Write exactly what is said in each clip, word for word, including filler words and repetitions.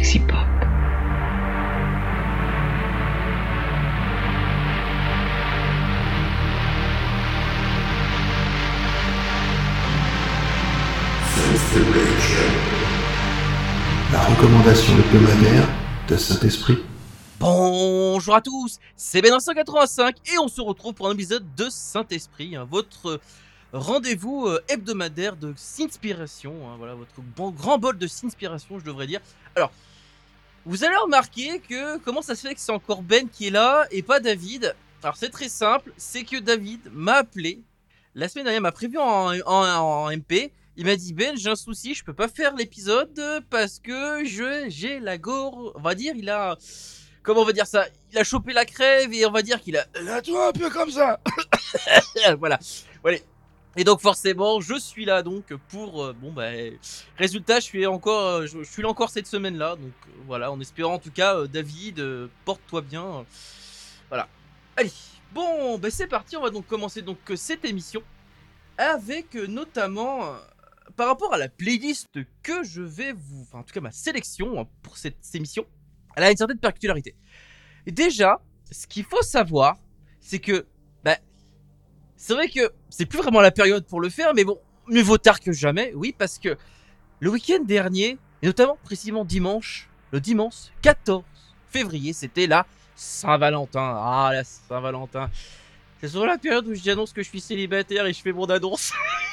Sexy Pop. La recommandation hebdomadaire de Saint-Esprit. Bonjour à tous, c'est Ben cent quatre-vingt-cinq et on se retrouve pour un épisode de Saint-Esprit, hein, votre rendez-vous euh, hebdomadaire de Sinspiration, hein, voilà, votre bon, grand bol de Sinspiration, je devrais dire. Alors, vous allez remarquer que comment ça se fait que c'est encore Ben qui est là et pas David. Alors c'est très simple, c'est que David m'a appelé, la semaine dernière m'a prévu en, en, en M P. Il m'a dit Ben, j'ai un souci, je peux pas faire l'épisode parce que je j'ai la gore, on va dire, il a, comment on va dire ça, il a chopé la crève et on va dire qu'il a la toux un peu comme ça. Voilà, voilà. Et donc forcément, je suis là donc pour euh, bon bah résultat, je suis encore, euh, je, je suis là encore cette semaine-là, donc euh, voilà, en espérant en tout cas euh, David, euh, porte-toi bien, euh, voilà. Allez, bon, bah c'est parti, on va donc commencer donc euh, cette émission avec euh, notamment. Euh, Par rapport à la playlist que je vais vous... Enfin, en tout cas, ma sélection pour cette émission, elle a une certaine particularité. Et déjà, ce qu'il faut savoir, c'est que... Bah, c'est vrai que c'est plus vraiment la période pour le faire, mais bon, mieux vaut tard que jamais, oui, parce que le week-end dernier, et notamment précisément dimanche, le dimanche quatorze février, c'était la Saint-Valentin. Ah, la Saint-Valentin. C'est sur la période où j'annonce que je suis célibataire et je fais mon annonce.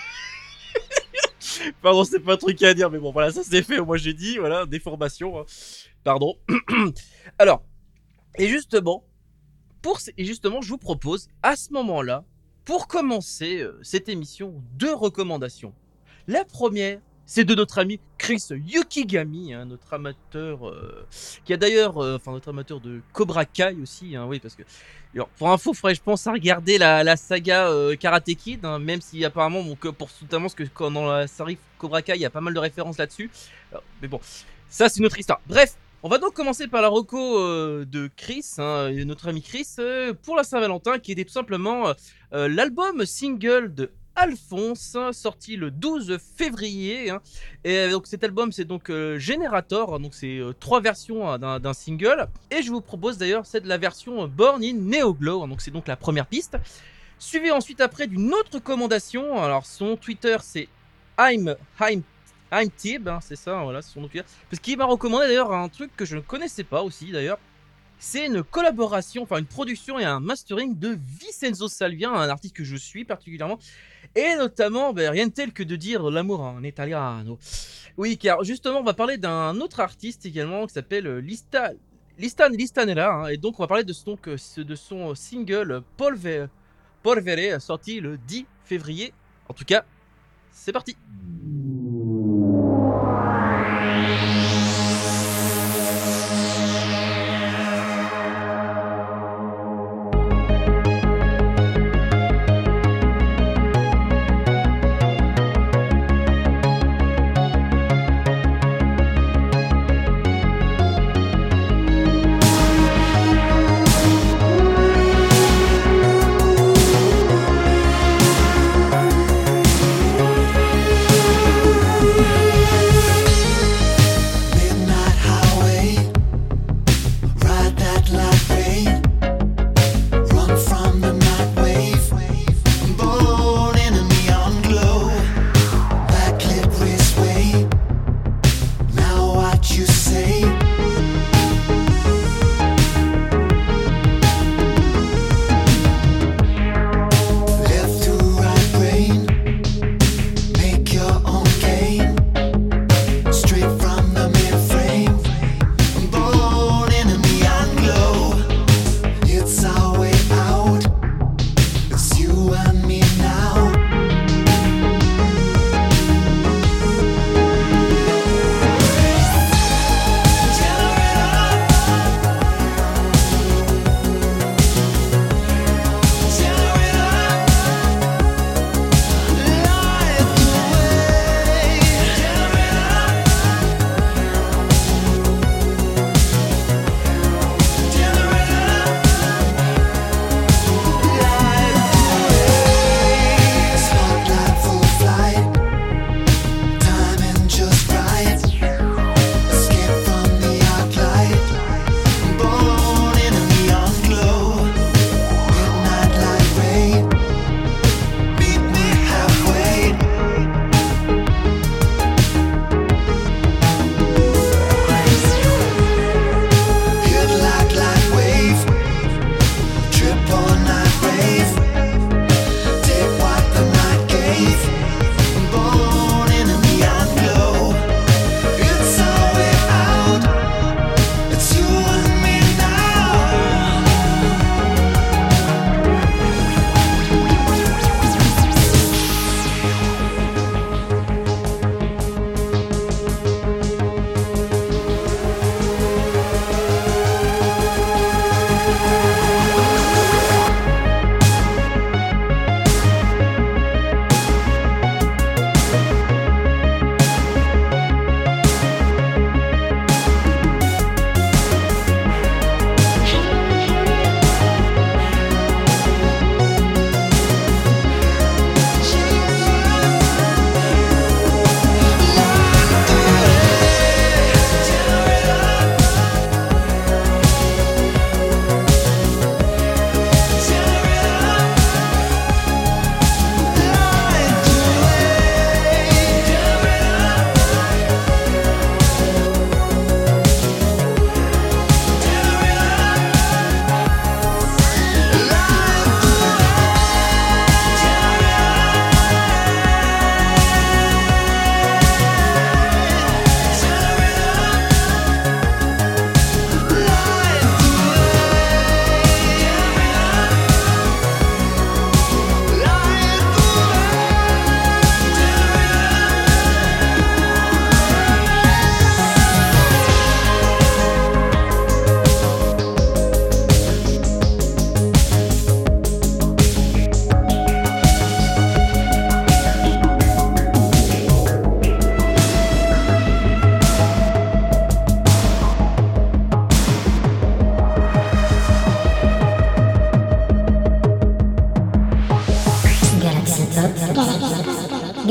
Pardon, c'est pas un truc à dire, mais bon, voilà, ça c'est fait. Moi j'ai dit, voilà, déformation. Hein. Pardon. Alors, et justement, pour et justement, je vous propose à ce moment-là, pour commencer euh, cette émission, deux recommandations. La première, c'est de notre ami Chris Yukigami, hein, notre amateur, euh, qui a d'ailleurs, euh, enfin notre amateur de Cobra Kai aussi, hein, oui, parce que, alors, pour info, faudrait, je pense, à regarder la, la saga euh, Karate Kid, hein, même si apparemment, bon, que pour notamment ce que quand dans la série Cobra Kai, il y a pas mal de références là-dessus. Alors, mais bon, ça c'est une autre histoire. Bref, on va donc commencer par la reco euh, de Chris, hein, notre ami Chris, euh, pour la Saint-Valentin, qui était tout simplement euh, l'album single de Alphonse, sorti le douze février, hein. Et donc cet album c'est donc euh, Generator, donc c'est euh, trois versions hein, d'un, d'un single, et je vous propose d'ailleurs c'est de la version Born in Neoglow, hein, donc c'est donc la première piste, suivi ensuite après d'une autre recommandation. Alors son Twitter c'est I'm I'm I'm Tib, hein, c'est ça, voilà, c'est son Twitter, parce qu'il m'a recommandé d'ailleurs un truc que je ne connaissais pas aussi d'ailleurs. C'est une collaboration, enfin une production et un mastering de Vincenzo Salvia, un artiste que je suis particulièrement, et notamment, ben, rien de tel que de dire l'amour en italiano. Oui, car justement, on va parler d'un autre artiste également qui s'appelle Lista, Listan Listanella, hein, et donc on va parler de son, de son single Polvere, Polvere, sorti le dix février. En tout cas, c'est parti.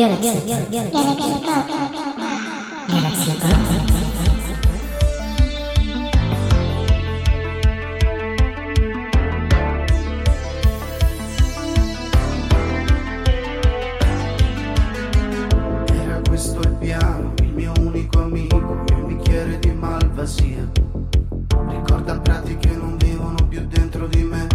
Galaxy Pop. Galaxy Pop. Era questo il piano, il mio unico amico, e un bicchiere di malvasia. Ricorda pratiche che non vivono più dentro di me.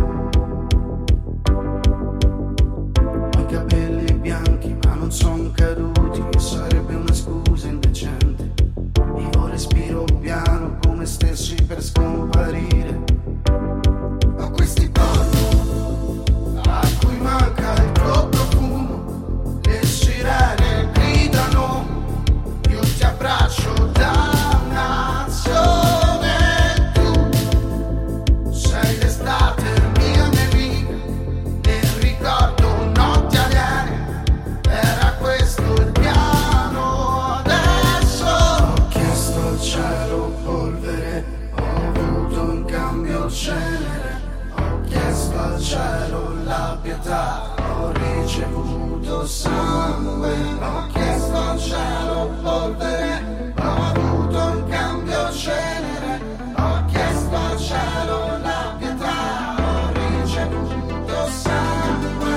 Ho i capelli bianchi ma non sono caduti, e sarebbe una scusa indecente. Vivo, respiro piano come stessi per scomparire. Ho questi polli a cui manca il tuo profumo. Le sirene gridano, io ti abbraccio da nazione. Tu sei l'estate mia nemica, nel ricordo notti aliene. Era questo il piano, adesso ho chiesto al cielo polvere, ho avuto in cambio cenere. Ho chiesto al cielo la pietà, ho ricevuto sangue. Ho chiesto al cielo polvere, ho avuto in cambio cenere. Ho chiesto al cielo la pietà, ho ricevuto sangue.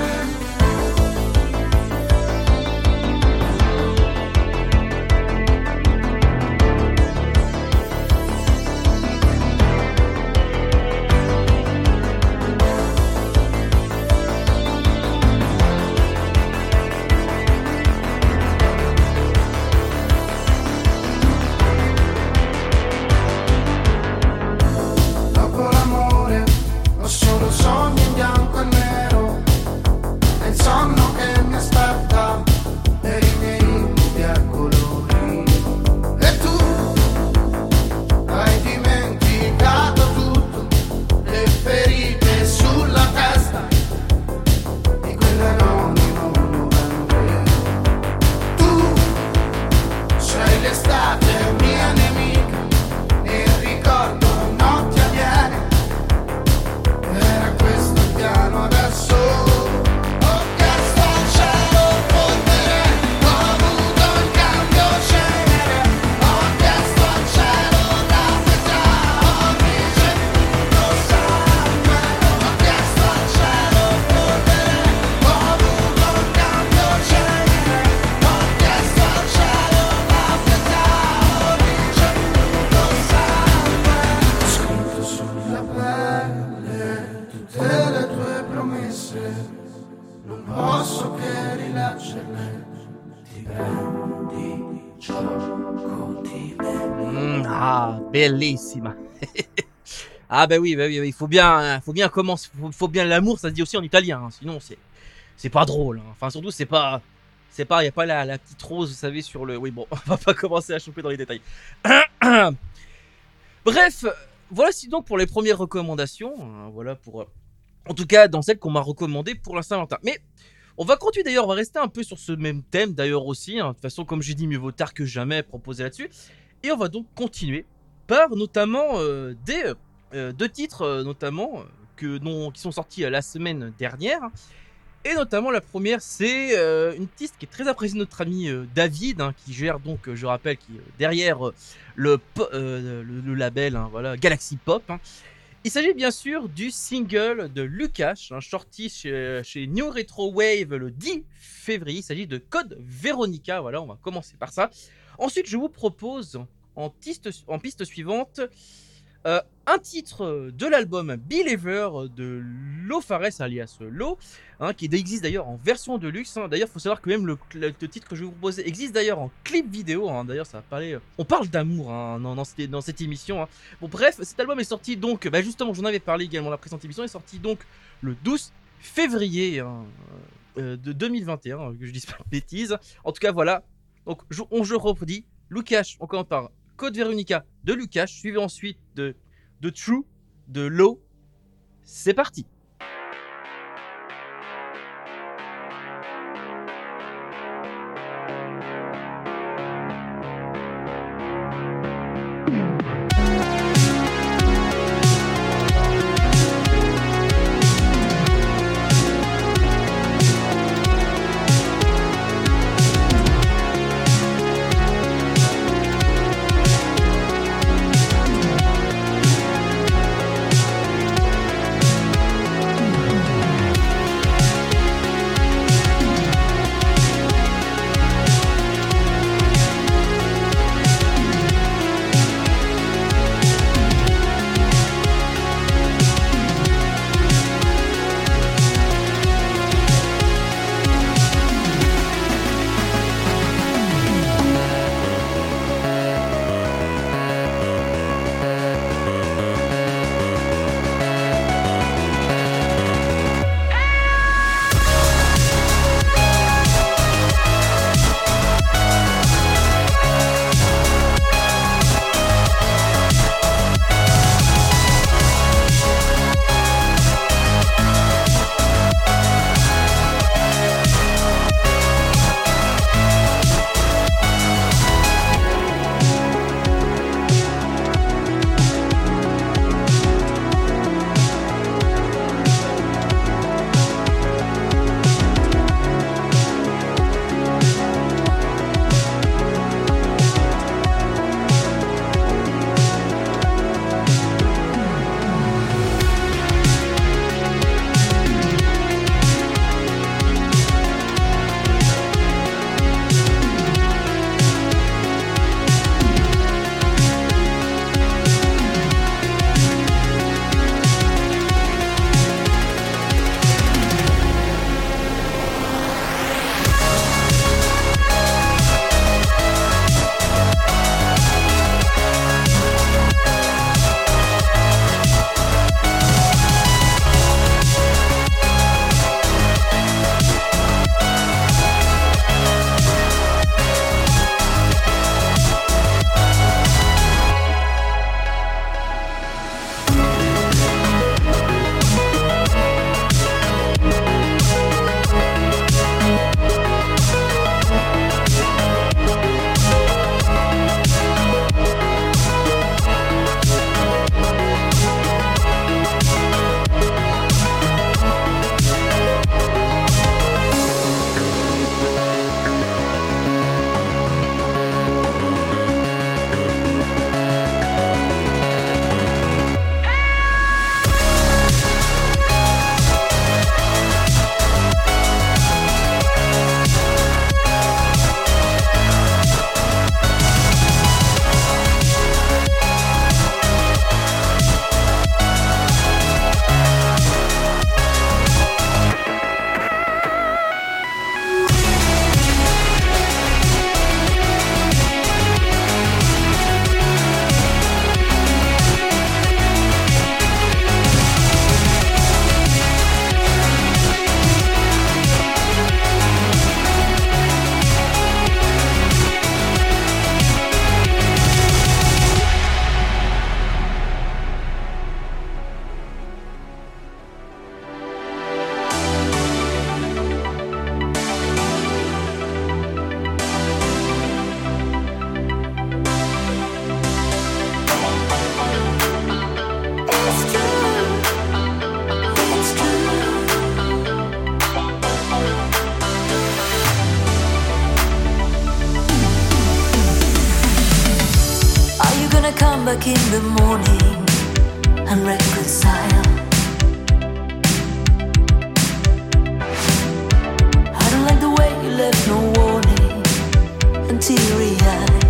Dopo l'amore ho solo sogni in bianco e nero, è il sonno che mi aspetta per i miei incubi a colori. E tu hai dimenticato tutto, le ferite sulla testa di quell'anonimo novembre. Tu sei l'estate mia nemica, il ricordo notti avviene. Era questo il piano, adesso ho chiesto al cielo polvere, ho avuto in cambio cenere. Ho chiesto al cielo la pietà, ho ricevuto sangue. Ho chiesto al cielo polvere, ho avuto in cambio cenere. Ho chiesto al cielo la pietà, ho ricevuto sangue. Ho scritto sulla pelle tutte le tue promesse, non posso che rileggerle. Ti prendi gioco di me. Mm, ah, bellissima. Ah bah oui, bah oui, bah oui, il faut bien, faut bien commencer, faut, faut bien l'amour, ça se dit aussi en italien, hein, sinon c'est, c'est pas drôle. Hein. Enfin surtout c'est pas, c'est pas, y a pas la, la petite rose, vous savez sur le, oui bon, on va pas commencer à choper dans les détails. Bref, voici donc pour les premières recommandations, hein, voilà pour, euh, en tout cas dans celles qu'on m'a recommandées pour la Saint-Valentin. Mais on va continuer d'ailleurs, on va rester un peu sur ce même thème d'ailleurs aussi. Hein. De toute façon, comme j'ai dit, mieux vaut tard que jamais proposer là-dessus. Et on va donc continuer par notamment euh, des euh, deux titres, euh, notamment euh, que non, qui sont sortis euh, la semaine dernière. Et notamment la première, c'est euh, une artiste qui est très appréciée de notre ami euh, David, hein, qui gère donc, euh, je rappelle, qui euh, derrière euh, le, po- euh, le, le label, hein, voilà, Galaxy Pop. Hein. Il s'agit bien sûr du single de Lukash, hein, sorti chez, chez New Retro Wave le dix février. Il s'agit de Code Veronica. Voilà, on va commencer par ça. Ensuite, je vous propose en piste, en piste suivante euh, un titre de l'album Believer de Lo Fares alias Lo, hein, qui existe d'ailleurs en version de luxe. Hein. D'ailleurs, il faut savoir que même le, le, le titre que je vais vous proposer existe d'ailleurs en clip vidéo. Hein. D'ailleurs, ça va parler. On parle d'amour hein, dans, dans, cette, dans cette émission. Hein. Bon, bref, cet album est sorti donc. Bah, justement, j'en avais parlé également dans la précédente émission. Il est sorti donc le douze février hein, euh, de deux mille vingt et un. Que je dise pas de bêtises. En tout cas, voilà. Donc, je, on, je redis. Lukash, on commence par Code Veronica de Lukash, suivi ensuite de, de True de Lo. C'est parti. back in the morning and reconcile. I don't like the way you left no warning and teary-eyed.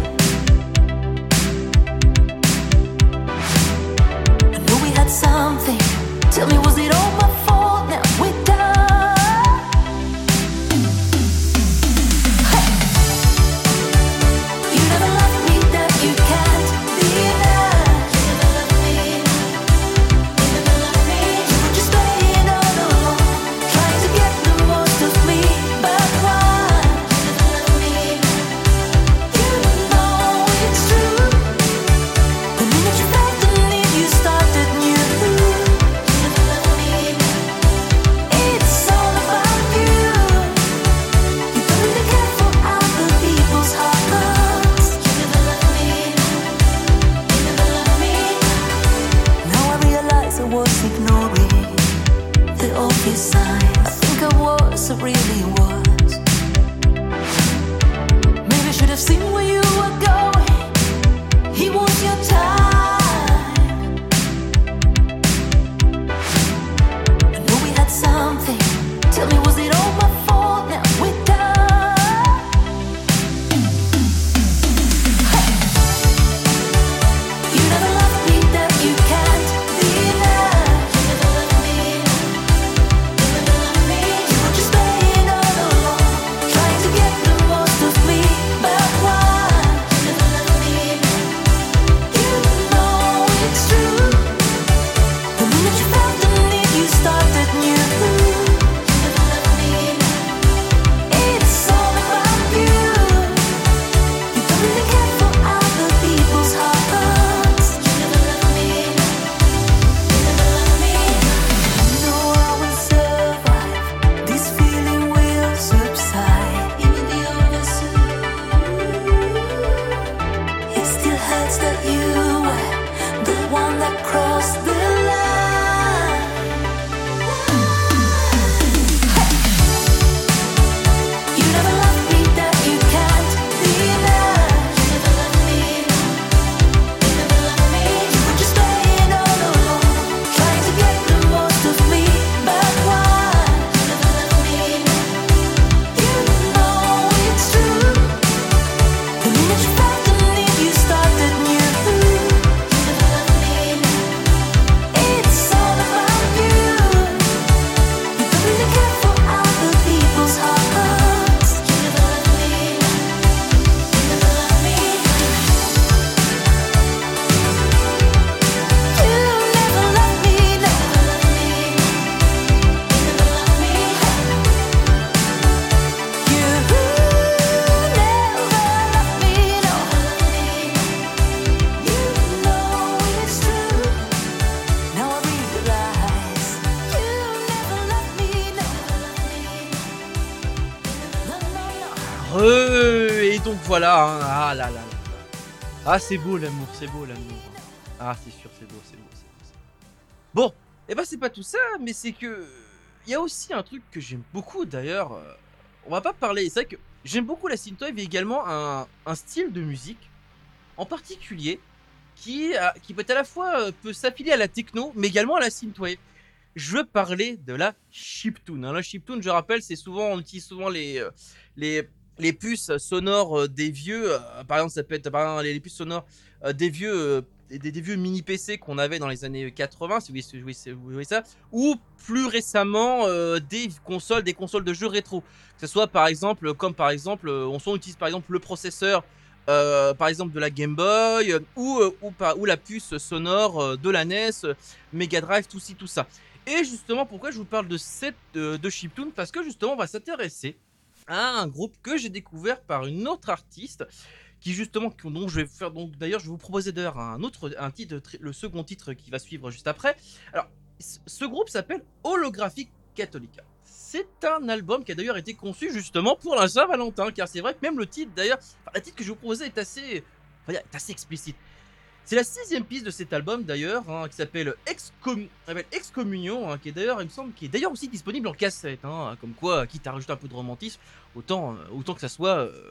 I know we had something. Tell me, was it all my fault? Now we're done. You never loved me, that you can't deny. You never loved me. You never loved me. You were just playing all along, trying to get the most of me. But why? You never loved me. You know it's true. The minute you felt the need, you started new. It's all about you. You don't really care for other people's hearts. You never loved me. You never loved me. Now I realize I was ignoring the obvious signs. I think I was, I really was. Maybe I should have seen where you were going. He was your time. I know we had something. Tell me, was it all my fault? Now we're done. You never loved me, that you can't deny. You never loved me. You never loved me. You were just playing all along, trying to get the most of me. But why? You never loved me. You know it's true. The minute you felt the need, you started new. You never loved me. It's all about you. You don't really care for other people's hearts. You never loved me. You never loved me. You know I will survive. This feeling will subside. Even the oversoon. It still hurts that you were the one that crossed the line. You never loved me, that you can't deny. You never loved me. You never loved me. You were just playing all along, trying to get the most of me. But why? You never loved me. You know it's true. The minute you felt the need, you started new. You never loved me. It's all about you. You don't really care for other people's hearts. You never loved me. You never loved me. You never loved me, no. You never loved me. You never loved me. You never loved me, no. You know it's true. Now I realize you never loved me, no. No, no, no. Re- Et donc voilà, hein. Ah là là là là. Ah, c'est beau l'amour, c'est beau l'amour. Ah, c'est sûr, c'est beau, c'est beau, c'est beau. c'est beau. Bon, et ben c'est pas tout ça, mais c'est que il y a aussi un truc que j'aime beaucoup d'ailleurs. euh, On va pas parler, c'est vrai que j'aime beaucoup la synthwave et également un, un style de musique en particulier qui, a- qui peut être à la fois euh, peut s'affilier à la techno, mais également à la synthwave. Je veux parler de la chiptune. hein. La chiptune, je rappelle, c'est souvent, on utilise souvent les, euh, les, les puces sonores euh, des vieux. euh, par exemple, ça peut être par exemple, les, les puces sonores euh, des vieux, euh, des, des vieux mini P C qu'on avait dans les années quatre-vingts, si vous voyez, si vous voyez- si vous voyez ça, ou plus récemment euh, des consoles, des consoles de jeux rétro. Que ce soit par exemple, comme par exemple, euh, on, on utilise par exemple le processeur. euh, par exemple de la Game Boy euh, ou, euh, ou, par- ou la puce sonore euh, de la N E S, euh, Mega Drive, tout ci, tout ça. Et justement, pourquoi je vous parle de cette euh, de chiptune? Parce que justement, on va s'intéresser à un groupe que j'ai découvert par une autre artiste qui justement, qui- dont je vais faire donc d'ailleurs, je vais vous proposer d'ailleurs un autre, un titre, tr- le second titre qui va suivre juste après. Alors, c- ce groupe s'appelle Holographic Catholica. C'est un album qui a d'ailleurs été conçu justement pour la Saint-Valentin, car c'est vrai que même le titre d'ailleurs, enfin, le titre que je vais vous proposer est assez, enfin, est assez explicite. C'est la sixième piste de cet album d'ailleurs, hein, qui s'appelle Excom- s'appelle Excommunion, hein, qui est d'ailleurs, il me semble, qui est d'ailleurs aussi disponible en cassette, hein, comme quoi, quitte à rajouter un peu de romantisme, autant, euh, autant que ça soit, euh,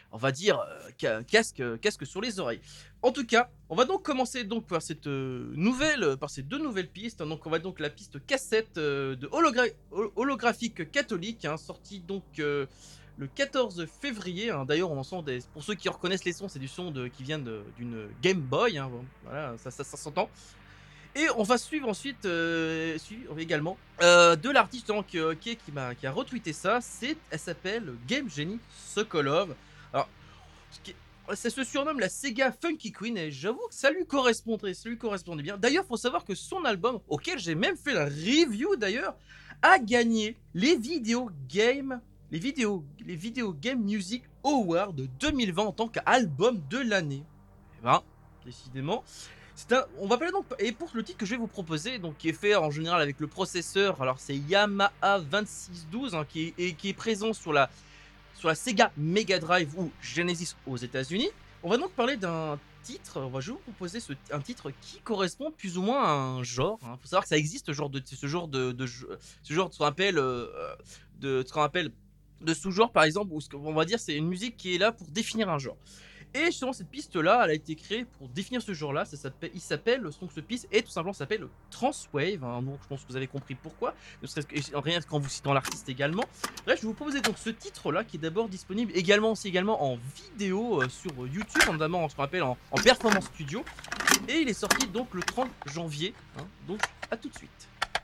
on va dire, euh, ca- casque, euh, casque sur les oreilles. En tout cas, on va donc commencer donc par cette euh, nouvelle, euh, par ces deux nouvelles pistes. hein. Donc, on va donc la piste cassette euh, de hologra- hol- holographique catholique, hein, sortie donc euh, le quatorze février. hein. D'ailleurs, on entend des, pour ceux qui reconnaissent les sons, c'est du son de, qui vient de- d'une Game Boy. hein. Bon, voilà, ça, ça, ça s'entend. Et on va suivre ensuite, euh, suivre également euh, de l'artiste hein, qui, qui, qui m'a qui a retweeté ça. C'est, elle s'appelle Game Genie Sokolov. Alors, ce qui est- ça se surnomme la Sega Funky Queen et j'avoue que ça lui correspondrait, ça lui correspondait bien. D'ailleurs, faut savoir que son album, auquel j'ai même fait la review d'ailleurs, a gagné les vidéo game, les vidéo, les vidéo game music awards de deux mille vingt en tant qu'album de l'année. Et ben, décidément. C'est un, on va parler donc, et pour le titre que je vais vous proposer, donc qui est fait en général avec le processeur, alors c'est Yamaha vingt-six douze, hein, qui, est, et qui est présent sur la, sur la Sega Mega Drive ou Genesis aux États-Unis. On va donc parler d'un titre, on va je vais vous proposer ce, un titre qui correspond plus ou moins à un genre. Il hein. faut savoir que ça existe ce genre de, ce genre de, de, de ce genre de ce qu'on appelle, euh, de ce qu'on appelle de sous-genre par exemple, où ce qu'on va dire c'est une musique qui est là pour définir un genre. Et justement, cette piste-là, elle a été créée pour définir ce genre-là. Ça s'appelle, il s'appelle, donc ce piste, et tout simplement s'appelle Transwave. Hein, donc je pense que vous avez compris pourquoi. Ne serait-ce que, rien qu'en vous citant l'artiste également. Bref, je vais vous proposer donc ce titre-là qui est d'abord disponible également, aussi également en vidéo euh, sur YouTube, notamment en ce qu'on appelle en, en Performance Studio. Et il est sorti donc le trente janvier. Hein, donc à tout de suite.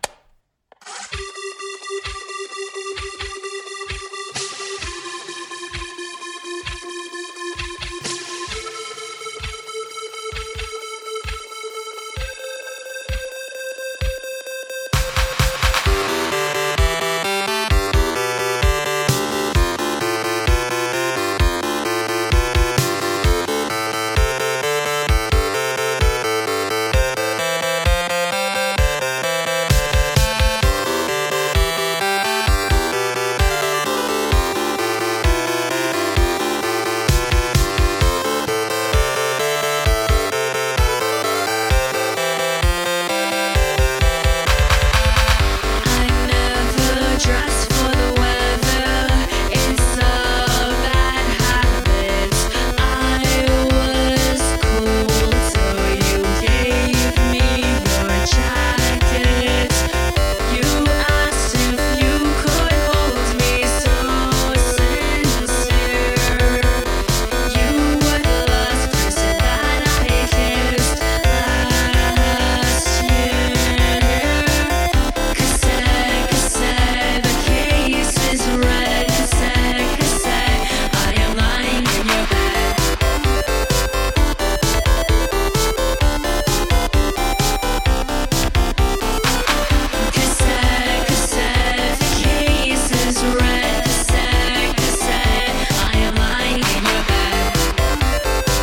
I never dress for the weather. It's a bad habit. I was cold, so you gave me your jacket. You asked if you could hold me so sincere. You were the last person that I kissed last year. Cassette, cassette, the case is red. Cassette, cassette, I am lying in your bed. Cassette, cassette, the case is red. Cassette, cassette, I am lying in your bed.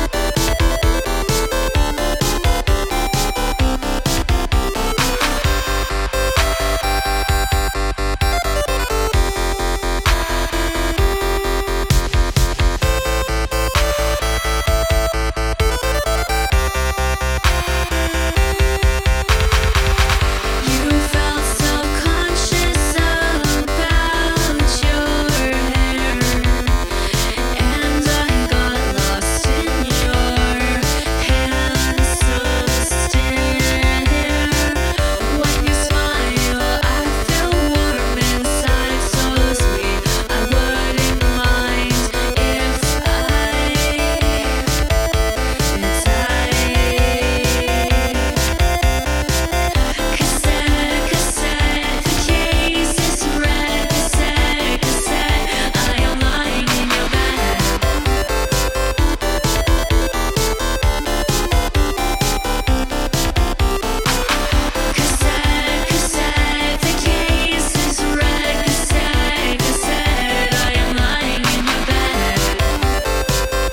You felt so conscious about your hair, and I got lost in your handsome stare. When you smile, I feel warm inside, so sweet. I wouldn't mind if I Cassette, cassette, the case is red. Cassette, cassette, I am lying in your bed. Cassette, cassette, the case is red. Cassette, cassette, I am lying in your bed.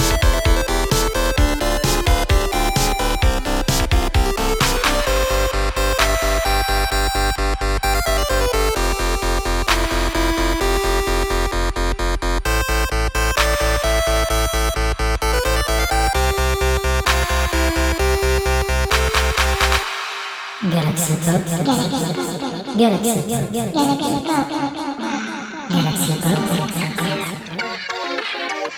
Galaxy Pop. Galaxy Pop. Galaxy Pop.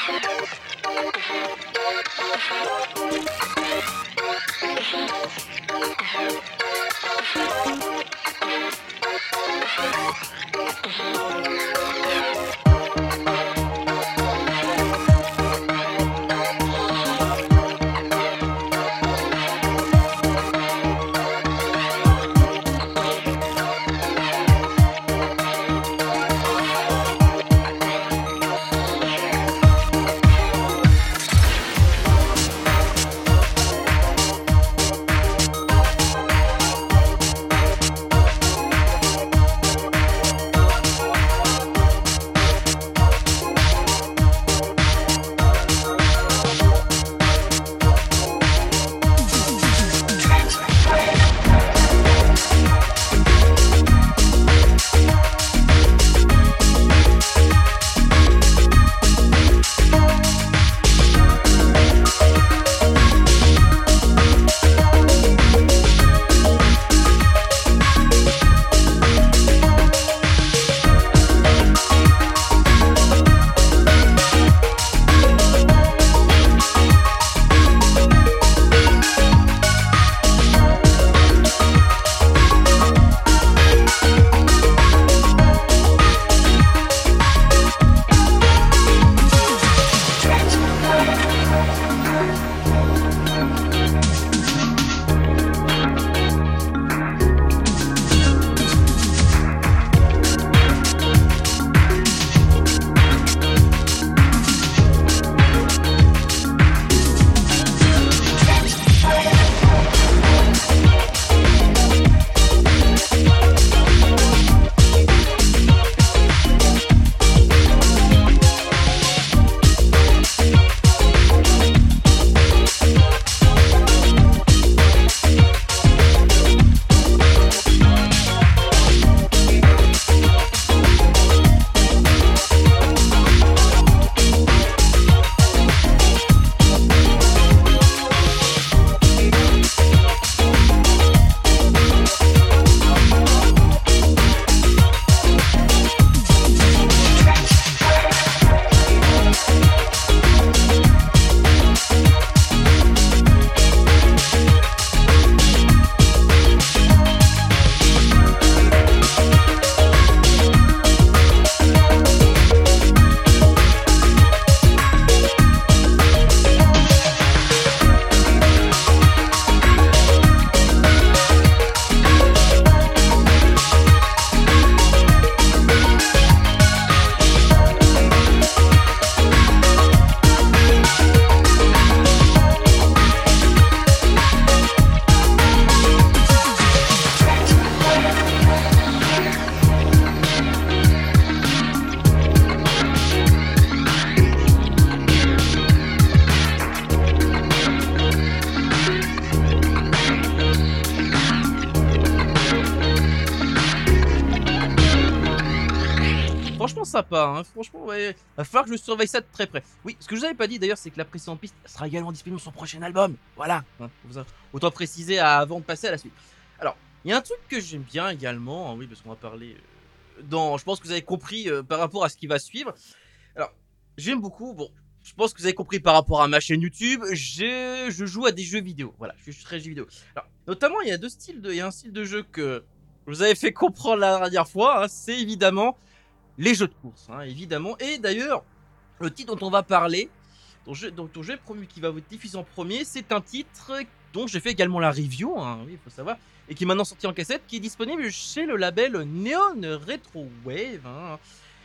sympa, hein. Franchement, ouais. Va falloir que je surveille ça de très près. Oui, ce que je vous avais pas dit d'ailleurs, c'est que la précédente piste sera également disponible sur son prochain album. Voilà. Hein, autant préciser avant de passer à la suite. Alors, il y a un truc que j'aime bien également, hein, oui, parce qu'on va parler euh, dans. Je pense que vous avez compris euh, par rapport à ce qui va suivre. Alors, j'aime beaucoup. Bon, je pense que vous avez compris par rapport à ma chaîne YouTube. Je, je joue à des jeux vidéo. Voilà, je suis très jeux vidéo. Alors, notamment, il y a deux styles de, il y a un style de jeu que vous avez fait comprendre la dernière fois. Hein, c'est évidemment les jeux de course, hein, évidemment. Et d'ailleurs, le titre dont on va parler, dont je, dont, dont j'ai promis qu'il va vous diffuser en premier, c'est un titre dont j'ai fait également la review, hein, oui, il faut savoir, et qui est maintenant sorti en cassette, qui est disponible chez le label Neon Retro Wave. Hein.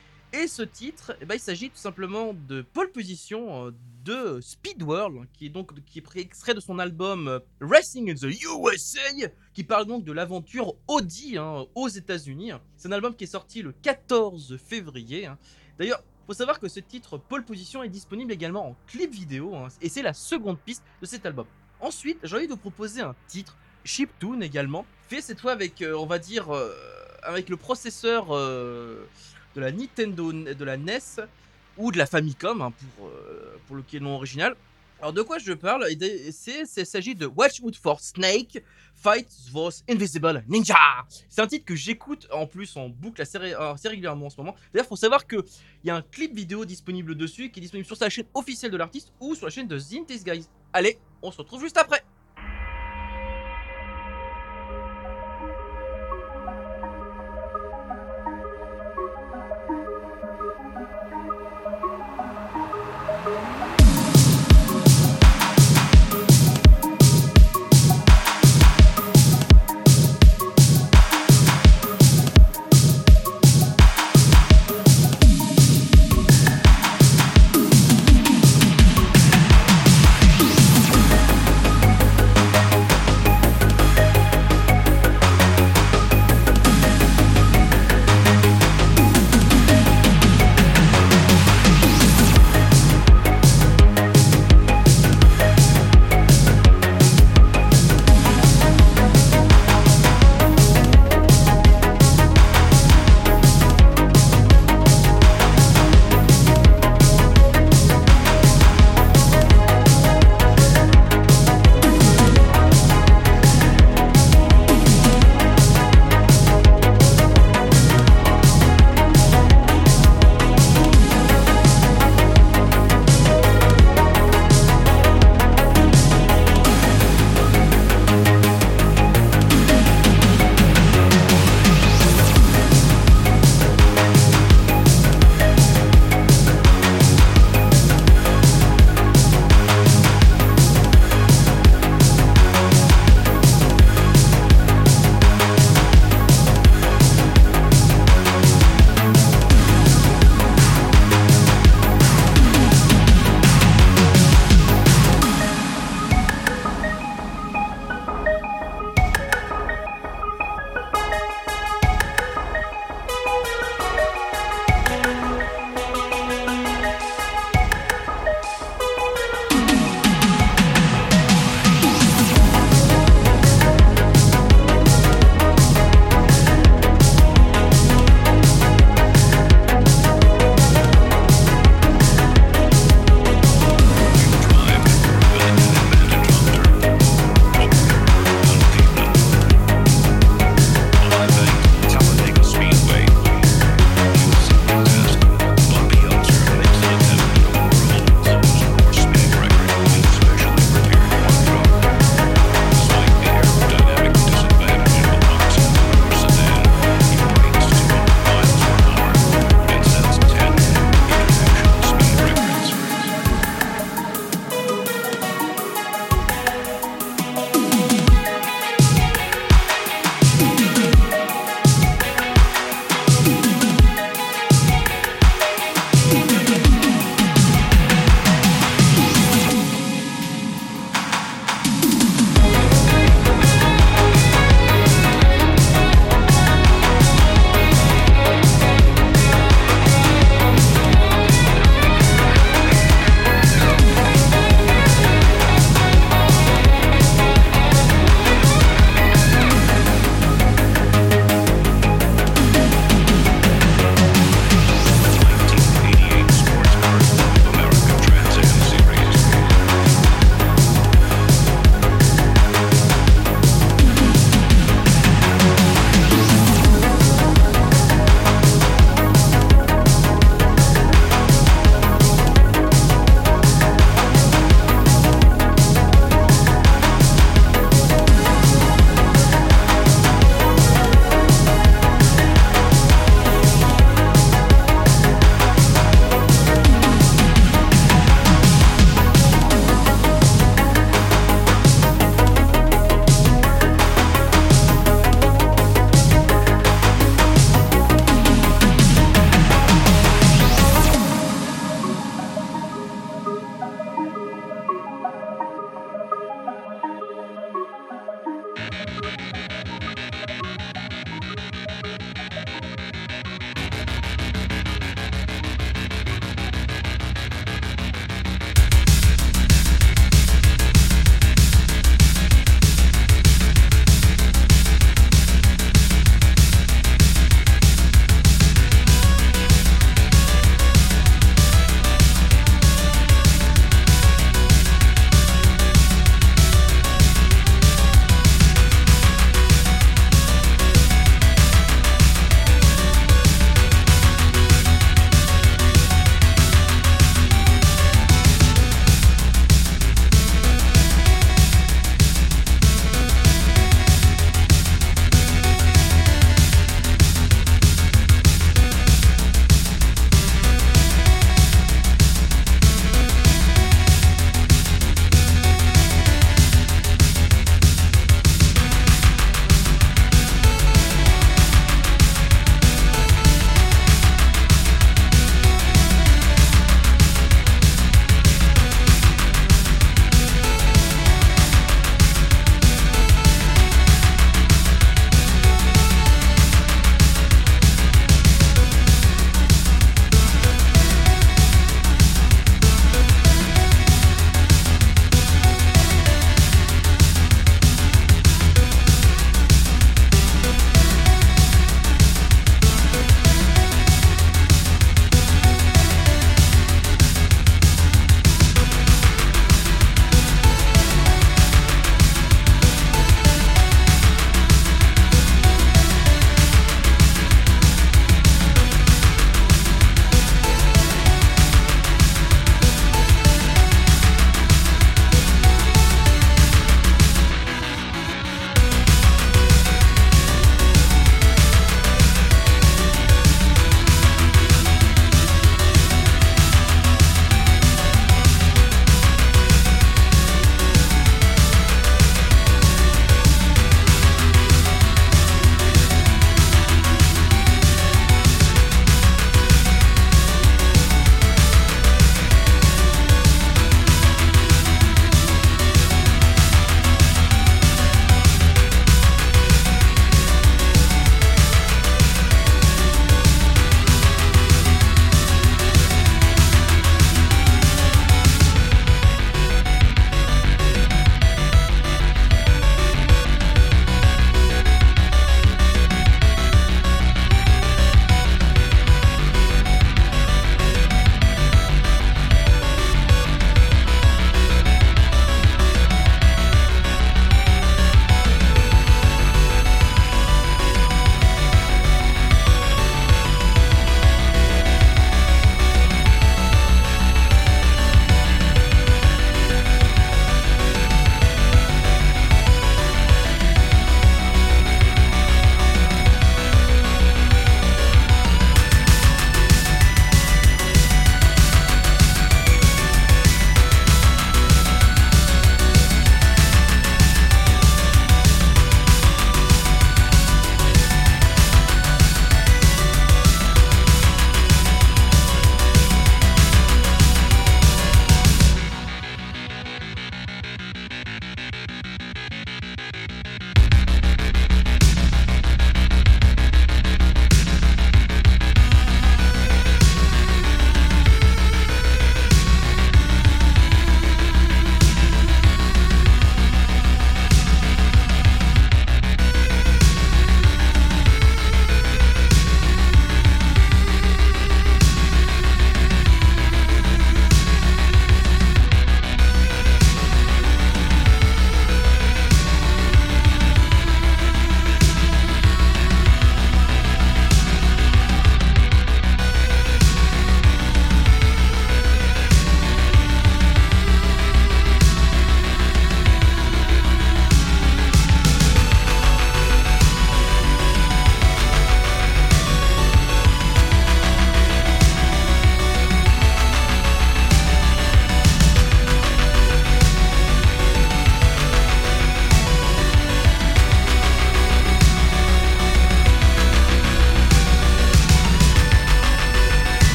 Et ce titre, eh ben, il s'agit tout simplement de Pole Position de Speed World, qui est donc qui est pris extrait de son album Racing in the U S A, qui parle donc de l'aventure Audi hein, aux États-Unis. C'est un album qui est sorti le quatorze février. Hein. D'ailleurs, faut savoir que ce titre Pole Position est disponible également en clip vidéo, hein, et c'est la seconde piste de cet album. Ensuite, j'ai envie de vous proposer un titre, Chiptune également, fait cette fois avec, euh, on va dire, euh, avec le processeur euh, de la Nintendo, de la N E S ou de la Famicom, hein, pour, euh, pour le nom original. Alors de quoi je parle? Et de- c'est, c'est- Il s'agit de Watch Out for Snake, Fight Those Invisible Ninja. C'est un titre que j'écoute en plus en boucle assez, ré- assez régulièrement en ce moment. D'ailleurs, faut savoir qu'il y a un clip vidéo disponible dessus qui est disponible sur sa chaîne officielle de l'artiste ou sur la chaîne de Zintes Guys. Allez, on se retrouve juste après. Thank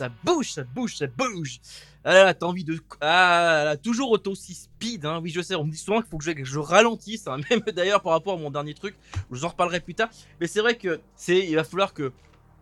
ça bouge, ça bouge, ça bouge. Ah là là, t'as envie de... Ah là là, toujours auto aussi speed, hein. Oui, je sais, on me dit souvent qu'il faut que je, que je ralentisse, hein. Même d'ailleurs par rapport à mon dernier truc, je vous en reparlerai plus tard. Mais c'est vrai que c'est, il va falloir que...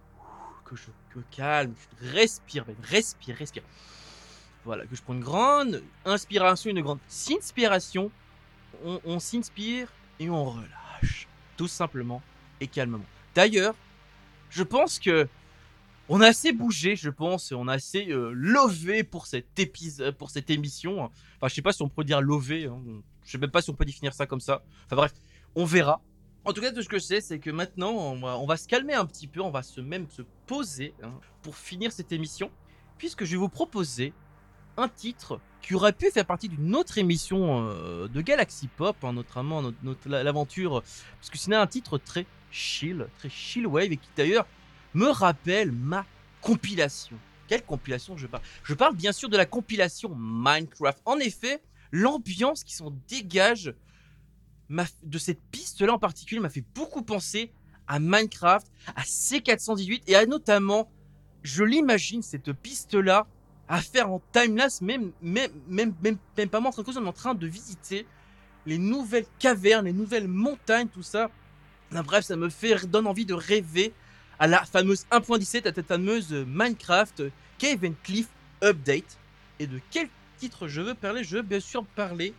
Que je que calme, je respire, même, respire, respire. Voilà, que je prends une grande inspiration, une grande inspiration. On, on s'inspire et on relâche. Tout simplement et calmement. D'ailleurs, je pense que on a assez bougé, je pense, on a assez euh, lové pour cet épisode, pour cette émission. Enfin, je sais pas si on peut dire lové, hein. Je sais même pas si on peut définir ça comme ça. Enfin bref, on verra. En tout cas, tout ce que je sais, c'est que maintenant, on va, on va se calmer un petit peu, on va se même se poser, hein, pour finir cette émission, puisque je vais vous proposer un titre qui aurait pu faire partie d'une autre émission euh, de Galaxy Pop, hein, notamment notre, notre- l'aventure, parce que c'est un titre très chill, très chill wave, et qui d'ailleurs me rappelle ma compilation. Quelle compilation je parle? Je parle bien sûr de la compilation Minecraft. En effet, l'ambiance qui s'en dégage m'a- de cette piste-là en particulier m'a fait beaucoup penser à Minecraft, à C quatre cent dix-huit et à notamment, je l'imagine, cette piste-là à faire en timelapse, même, même, même, même, même pas moi en train de causer, mais en train de visiter les nouvelles cavernes, les nouvelles montagnes, tout ça. Ah, bref, ça me fait donne envie de rêver à la fameuse un point dix-sept, à cette fameuse euh, Minecraft euh, Cave and Cliff Update. Et de quel titre je veux parler? Je veux bien sûr parler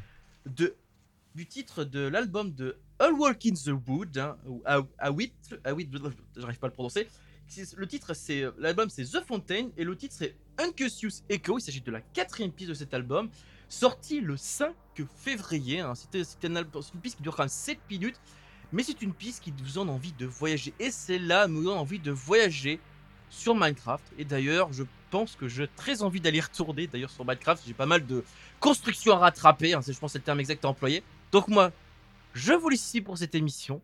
de, du titre de l'album de All Walk in the Wood, hein, ou A- Awit, Awit, j'arrive pas à le prononcer. C'est- Le titre, c'est euh, l'album, c'est The Fountain, et le titre c'est Uncasius Echo. Il s'agit de la quatrième piste de cet album, sorti le cinq février. Hein. C'était c'était un album- c'est une piste qui dure quand même sept minutes, mais c'est une piste qui vous donne envie de voyager. Et celle-là me donne envie de voyager sur Minecraft. Et d'ailleurs, je pense que j'ai très envie d'aller retourner d'ailleurs sur Minecraft. J'ai pas mal de constructions à rattraper, hein, c'est- je pense que c'est le terme exact à employer. Donc moi, je vous laisse ici pour cette émission,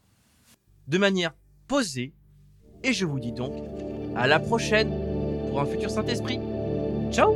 de manière posée. Et je vous dis donc à la prochaine pour un futur Saint-Esprit. Ciao!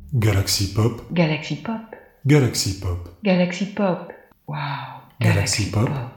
Galaxy Pop, Galaxy Pop. Galaxy Pop, Galaxy Pop. Wow. Galaxy Pop.